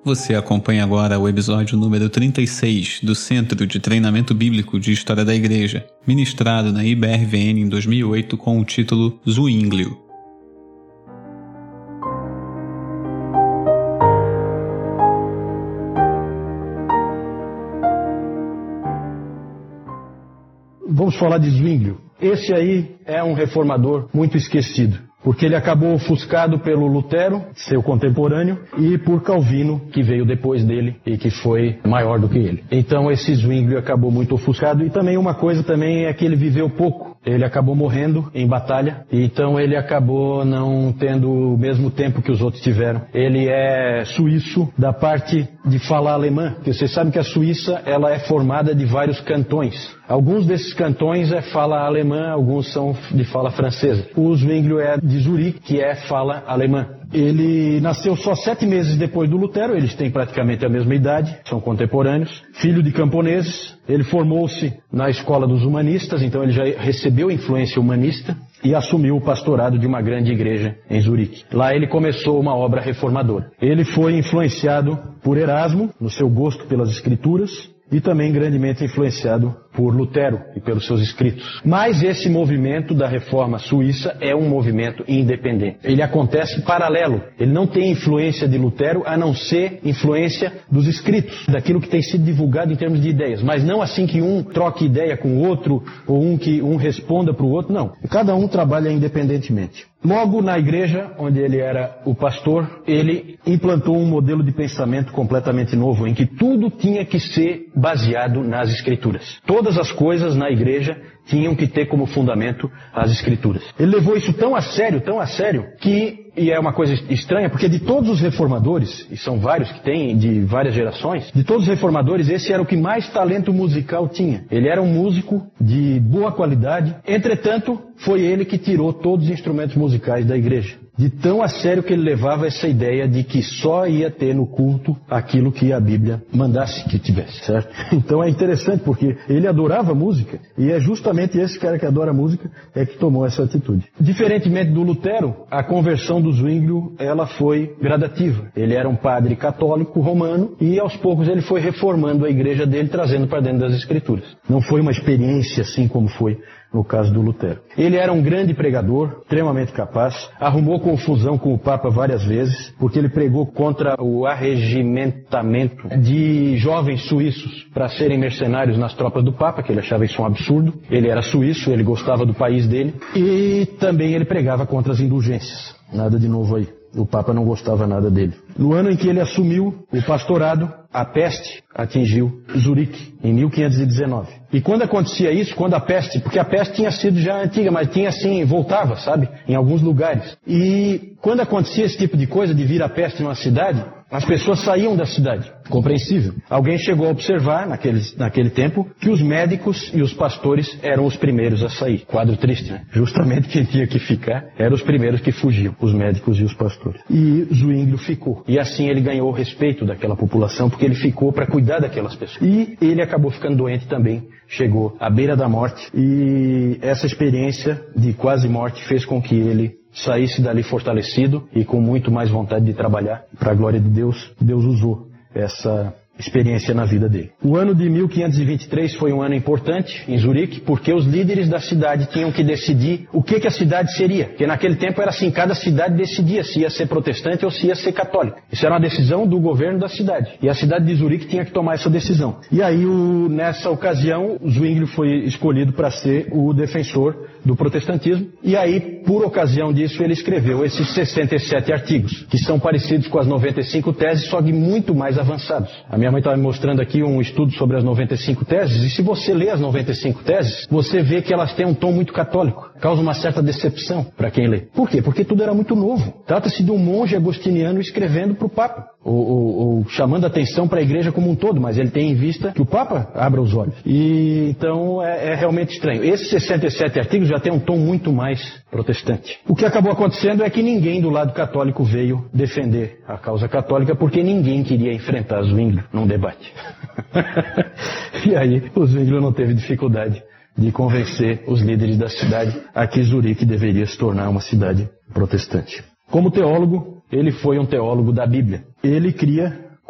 Você acompanha agora o episódio número 36 do Centro de Treinamento Bíblico de História da Igreja, ministrado na IBRVN em 2008 com o título Zwinglio. Vamos falar de Zwinglio. Esse aí é um reformador muito esquecido, porque ele acabou ofuscado pelo Lutero, seu contemporâneo, e por Calvino, que veio depois dele e que foi maior do que ele. Então esse Zwinglio acabou muito ofuscado, e também uma coisa também é que ele viveu pouco. Ele acabou morrendo em batalha, então ele acabou não tendo o mesmo tempo que os outros tiveram. Ele é suíço da parte de fala alemã, porque vocês sabem que a Suíça ela é formada de vários cantões. Alguns desses cantões é fala alemã, alguns são de fala francesa. O Zwinglio é de Zurique, que é fala alemã. Ele nasceu só 7 meses depois do Lutero, eles têm praticamente a mesma idade, são contemporâneos. Filho de camponeses, ele formou-se na escola dos humanistas, então ele já recebeu influência humanista e assumiu o pastorado de uma grande igreja em Zurique. Lá ele começou uma obra reformadora. Ele foi influenciado por Erasmo, no seu gosto pelas escrituras, e também grandemente influenciado por Lutero e pelos seus escritos. Mas esse movimento da reforma suíça é um movimento independente. Ele acontece paralelo. Ele não tem influência de Lutero, a não ser influência dos escritos, daquilo que tem sido divulgado em termos de ideias. Mas não assim que um troque ideia com o outro, ou que um responda para o outro, não. Cada um trabalha independentemente. Logo na igreja, onde ele era o pastor, ele implantou um modelo de pensamento completamente novo, em que tudo tinha que ser baseado nas escrituras. Todas as coisas na igreja tinham que ter como fundamento as escrituras. Ele levou isso tão a sério, que, e é uma coisa estranha, porque de todos os reformadores, e são vários que tem, de várias gerações, de todos os reformadores, esse era o que mais talento musical tinha. Ele era um músico de boa qualidade, entretanto, foi ele que tirou todos os instrumentos musicais da igreja. De tão a sério que ele levava essa ideia de que só ia ter no culto aquilo que a Bíblia mandasse que tivesse, certo? Então é interessante porque ele adorava música e é justamente esse cara que adora música é que tomou essa atitude. Diferentemente do Lutero, a conversão do Zwinglio, ela foi gradativa. Ele era um padre católico romano e aos poucos ele foi reformando a igreja dele, trazendo para dentro das escrituras. Não foi uma experiência assim como foi no caso do Lutero. Ele era um grande pregador, extremamente capaz, arrumou confusão com o Papa várias vezes, porque ele pregou contra o arregimentamento de jovens suíços para serem mercenários nas tropas do Papa, que ele achava isso um absurdo. Ele era suíço, ele gostava do país dele, e também ele pregava contra as indulgências. Nada de novo aí. O Papa não gostava nada dele. No ano em que ele assumiu o pastorado, a peste atingiu Zurique, em 1519. E quando acontecia isso, porque a peste tinha sido já antiga, mas tinha assim, voltava, sabe, em alguns lugares. E quando acontecia esse tipo de coisa, de vir a peste numa cidade, as pessoas saíam da cidade. Compreensível. Alguém chegou a observar, naquele tempo, que os médicos e os pastores eram os primeiros a sair. Quadro triste, né? Justamente quem tinha que ficar eram os primeiros que fugiam, os médicos e os pastores. E Zwinglio ficou. E assim ele ganhou o respeito daquela população, porque ele ficou para cuidar daquelas pessoas. E ele acabou ficando doente também, chegou à beira da morte, e essa experiência de quase morte fez com que ele saísse dali fortalecido e com muito mais vontade de trabalhar. Para a glória de Deus, Deus usou essa experiência na vida dele. O ano de 1523 foi um ano importante em Zurique, porque os líderes da cidade tinham que decidir o que a cidade seria. Porque naquele tempo era assim, cada cidade decidia se ia ser protestante ou se ia ser católica. Isso era uma decisão do governo da cidade. E a cidade de Zurique tinha que tomar essa decisão. E aí, nessa ocasião, Zwinglio foi escolhido para ser o defensor do protestantismo. E aí, por ocasião disso, ele escreveu esses 67 artigos, que são parecidos com as 95 teses, só que muito mais avançados. A minha mãe estava me mostrando aqui um estudo sobre as 95 teses, e se você lê as 95 teses, você vê que elas têm um tom muito católico. Causa uma certa decepção para quem lê. Por quê? Porque tudo era muito novo. Trata-se de um monge agostiniano escrevendo para o Papa, ou chamando atenção para a igreja como um todo, mas ele tem em vista que o Papa abra os olhos. E então é realmente estranho. Esses 67 artigos já têm um tom muito mais protestante. O que acabou acontecendo é que ninguém do lado católico veio defender a causa católica, porque ninguém queria enfrentar Zwinglio num debate. E aí o Zwinglio não teve dificuldade de convencer os líderes da cidade a que Zurique deveria se tornar uma cidade protestante. Como teólogo, ele foi um teólogo da Bíblia. Ele cria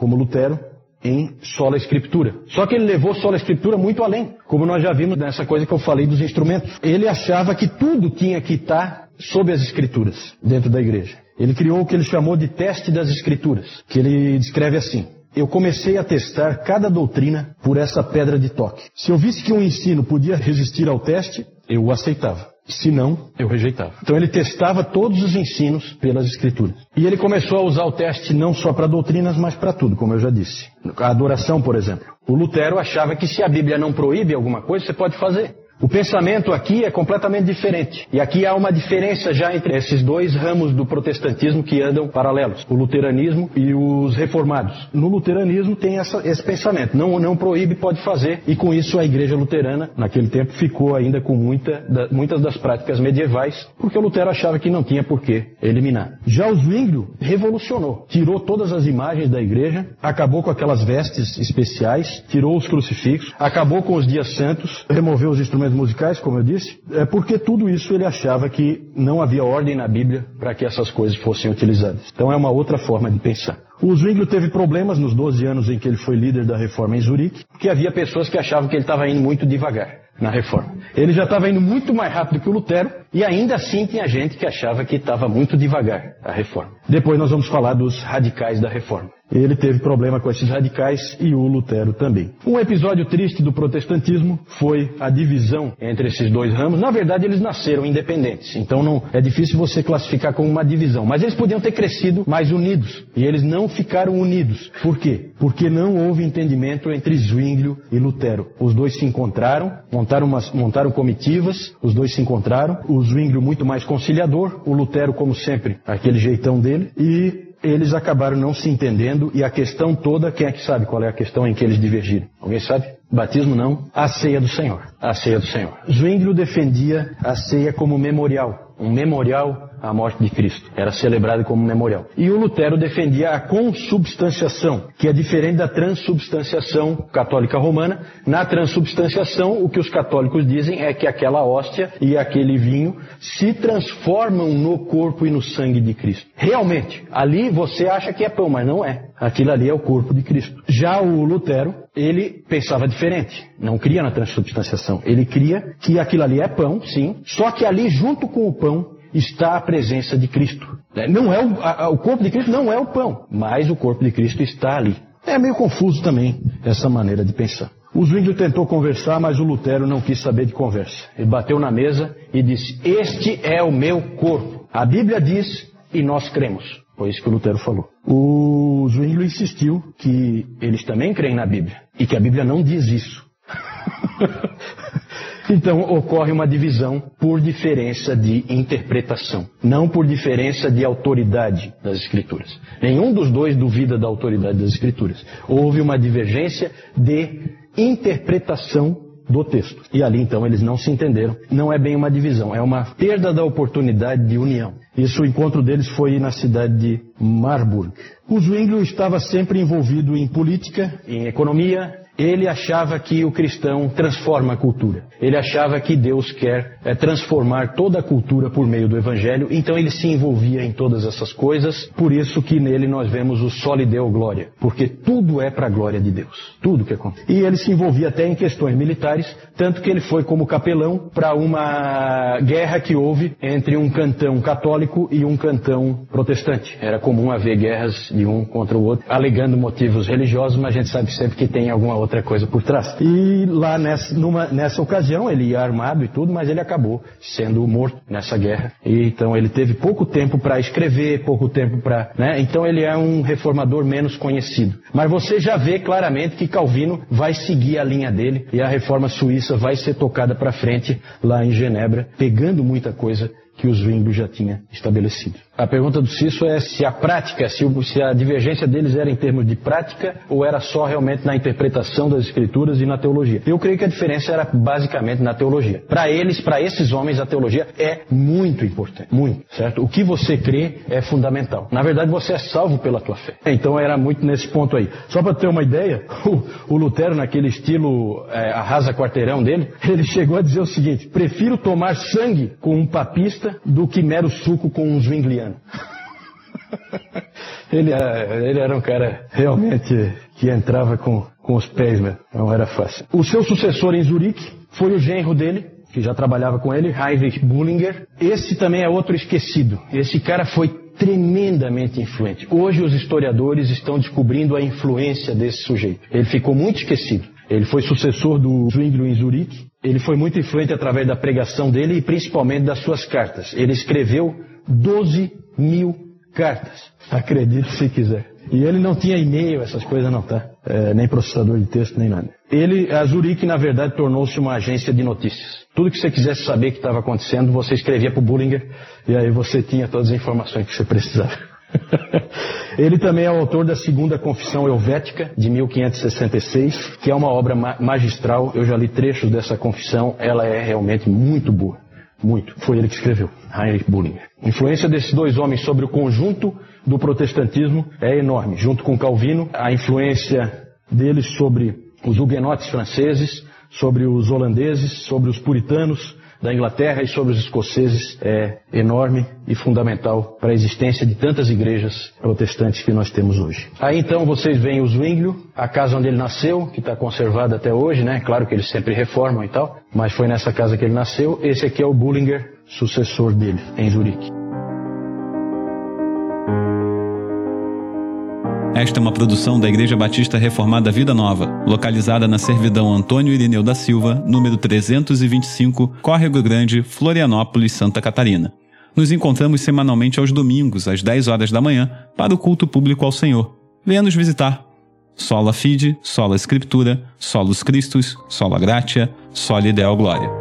como Lutero, em sola escritura. Só que ele levou sola escritura muito além, como nós já vimos nessa coisa que eu falei dos instrumentos. Ele achava que tudo tinha que estar sob as escrituras dentro da igreja. Ele criou o que ele chamou de teste das escrituras, que ele descreve assim: eu comecei a testar cada doutrina por essa pedra de toque. Se eu visse que um ensino podia resistir ao teste, eu o aceitava. Se não, eu rejeitava. Então ele testava todos os ensinos pelas escrituras. E ele começou a usar o teste não só para doutrinas, mas para tudo, como eu já disse. A adoração, por exemplo. O Lutero achava que se a Bíblia não proíbe alguma coisa, você pode fazer. O pensamento aqui é completamente diferente. E aqui há uma diferença já entre esses dois ramos do protestantismo que andam paralelos, o luteranismo e os reformados. No luteranismo tem esse pensamento, não proíbe, pode fazer. E com isso a igreja luterana, naquele tempo, ficou ainda com muitas das práticas medievais, porque o Lutero achava que não tinha por que eliminar. Já o Zwinglio revolucionou, tirou todas as imagens da igreja, acabou com aquelas vestes especiais, tirou os crucifixos, acabou com os dias santos, removeu os instrumentos musicais, como eu disse, porque tudo isso ele achava que não havia ordem na Bíblia para que essas coisas fossem utilizadas. Então é uma outra forma de pensar. O Zwinglio teve problemas nos 12 anos em que ele foi líder da reforma em Zurique, porque havia pessoas que achavam que ele estava indo muito devagar na reforma. Ele já estava indo muito mais rápido que o Lutero, e ainda assim tinha gente que achava que estava muito devagar a reforma. Depois nós vamos falar dos radicais da reforma. Ele teve problema com esses radicais e o Lutero também. Um episódio triste do protestantismo foi a divisão entre esses dois ramos. Na verdade, eles nasceram independentes, então não é difícil você classificar como uma divisão. Mas eles podiam ter crescido mais unidos, e eles não ficaram unidos. Por quê? Porque não houve entendimento entre Zwinglio e Lutero. Os dois se encontraram, montaram comitivas, os dois se encontraram. O Zwinglio muito mais conciliador, o Lutero, como sempre, aquele jeitão dele, e eles acabaram não se entendendo, e a questão toda, quem é que sabe qual é a questão em que eles divergiram? Alguém sabe? Batismo não, a ceia do Senhor. A ceia do Senhor. Zwinglio defendia a ceia como memorial, um memorial à morte de Cristo. Era celebrado como memorial. E o Lutero defendia a consubstanciação, que é diferente da transubstanciação católica romana. Na transubstanciação, o que os católicos dizem é que aquela hóstia e aquele vinho se transformam no corpo e no sangue de Cristo. Realmente, ali você acha que é pão, mas não é. Aquilo ali é o corpo de Cristo. Já o Lutero, ele pensava diferente. Não cria na transubstanciação. Ele cria que aquilo ali é pão, sim, só que ali junto com o pão está a presença de Cristo. Não é o corpo de Cristo não é o pão, mas o corpo de Cristo está ali. É meio confuso também essa maneira de pensar. O Zwinglio tentou conversar, mas o Lutero não quis saber de conversa. Ele bateu na mesa e disse: este é o meu corpo. A Bíblia diz e nós cremos. Foi isso que o Lutero falou. O Zwinglio insistiu que eles também creem na Bíblia e que a Bíblia não diz isso. Então ocorre uma divisão por diferença de interpretação, não por diferença de autoridade das Escrituras. Nenhum dos dois duvida da autoridade das Escrituras. Houve uma divergência de interpretação do texto. E ali então eles não se entenderam. Não é bem uma divisão, é uma perda da oportunidade de união. Isso, o encontro deles foi na cidade de Marburg. O Zwinglio estava sempre envolvido em política, em economia. Ele achava que o cristão transforma a cultura. Ele achava que Deus quer transformar toda a cultura por meio do Evangelho. Então ele se envolvia em todas essas coisas. Por isso que nele nós vemos o soli deo glória. Porque tudo é para a glória de Deus. Tudo que acontece. E ele se envolvia até em questões militares. Tanto que ele foi como capelão para uma guerra que houve entre um cantão católico e um cantão protestante. Era comum haver guerras de um contra o outro, alegando motivos religiosos, mas a gente sabe sempre que tem alguma outra coisa por trás. E lá nessa ocasião ele ia armado e tudo, mas ele acabou sendo morto nessa guerra. E então ele teve pouco tempo para escrever, pouco tempo para... Então ele é um reformador menos conhecido. Mas você já vê claramente que Calvino vai seguir a linha dele e a reforma suíça vai ser tocada para frente lá em Genebra, pegando muita coisa que o Zwinglio já tinha estabelecido. A pergunta do Cício é se a prática, se a divergência deles era em termos de prática ou era só realmente na interpretação das Escrituras e na teologia. Eu creio que a diferença era basicamente na teologia. Para eles, para esses homens, a teologia é muito importante, muito, certo? O que você crê é fundamental. Na verdade, você é salvo pela tua fé. Então era muito nesse ponto aí. Só para ter uma ideia, o Lutero, naquele estilo arrasa quarteirão dele, ele chegou a dizer o seguinte: prefiro tomar sangue com um papista do que mero suco com um zwingliano. Ele era um cara realmente que entrava com os pés, né? Não era fácil. O seu sucessor em Zurique foi o genro dele, que já trabalhava com ele, Heinrich Bullinger. Esse também é outro esquecido. Esse cara foi tremendamente influente. Hoje os historiadores estão descobrindo a influência desse sujeito. Ele ficou muito esquecido. Ele foi sucessor do Zwinglio em Zurique. Ele foi muito influente através da pregação dele e principalmente das suas cartas. Ele escreveu 12.000 cartas. Acredite se quiser. E ele não tinha e-mail, essas coisas não, tá? Nem processador de texto, nem nada. A Zurique, na verdade, tornou-se uma agência de notícias. Tudo que você quisesse saber que estava acontecendo, você escrevia para o Bullinger e aí você tinha todas as informações que você precisava. Ele também é o autor da Segunda Confissão Helvética, de 1566, que é uma obra magistral. Eu já li trechos dessa confissão, ela é realmente muito boa. Muito. Foi ele que escreveu, Heinrich Bullinger. A influência desses dois homens sobre o conjunto do protestantismo é enorme. Junto com Calvino, a influência deles sobre os huguenotes franceses, sobre os holandeses, sobre os puritanos da Inglaterra e sobre os escoceses é enorme e fundamental para a existência de tantas igrejas protestantes que nós temos hoje. Aí então vocês veem o Zwinglio, a casa onde ele nasceu, que está conservada até hoje, né? Claro que eles sempre reformam e tal, mas foi nessa casa que ele nasceu. Esse aqui é o Bullinger, sucessor dele, em Zurique. Esta é uma produção da Igreja Batista Reformada Vida Nova, localizada na Servidão Antônio Irineu da Silva, número 325, Córrego Grande, Florianópolis, Santa Catarina. Nos encontramos semanalmente aos domingos, às 10 horas da manhã, para o culto público ao Senhor. Venha nos visitar. Sola Fide, Sola Escritura, Solus Christus, Sola Gratia, Soli Deo Gloria.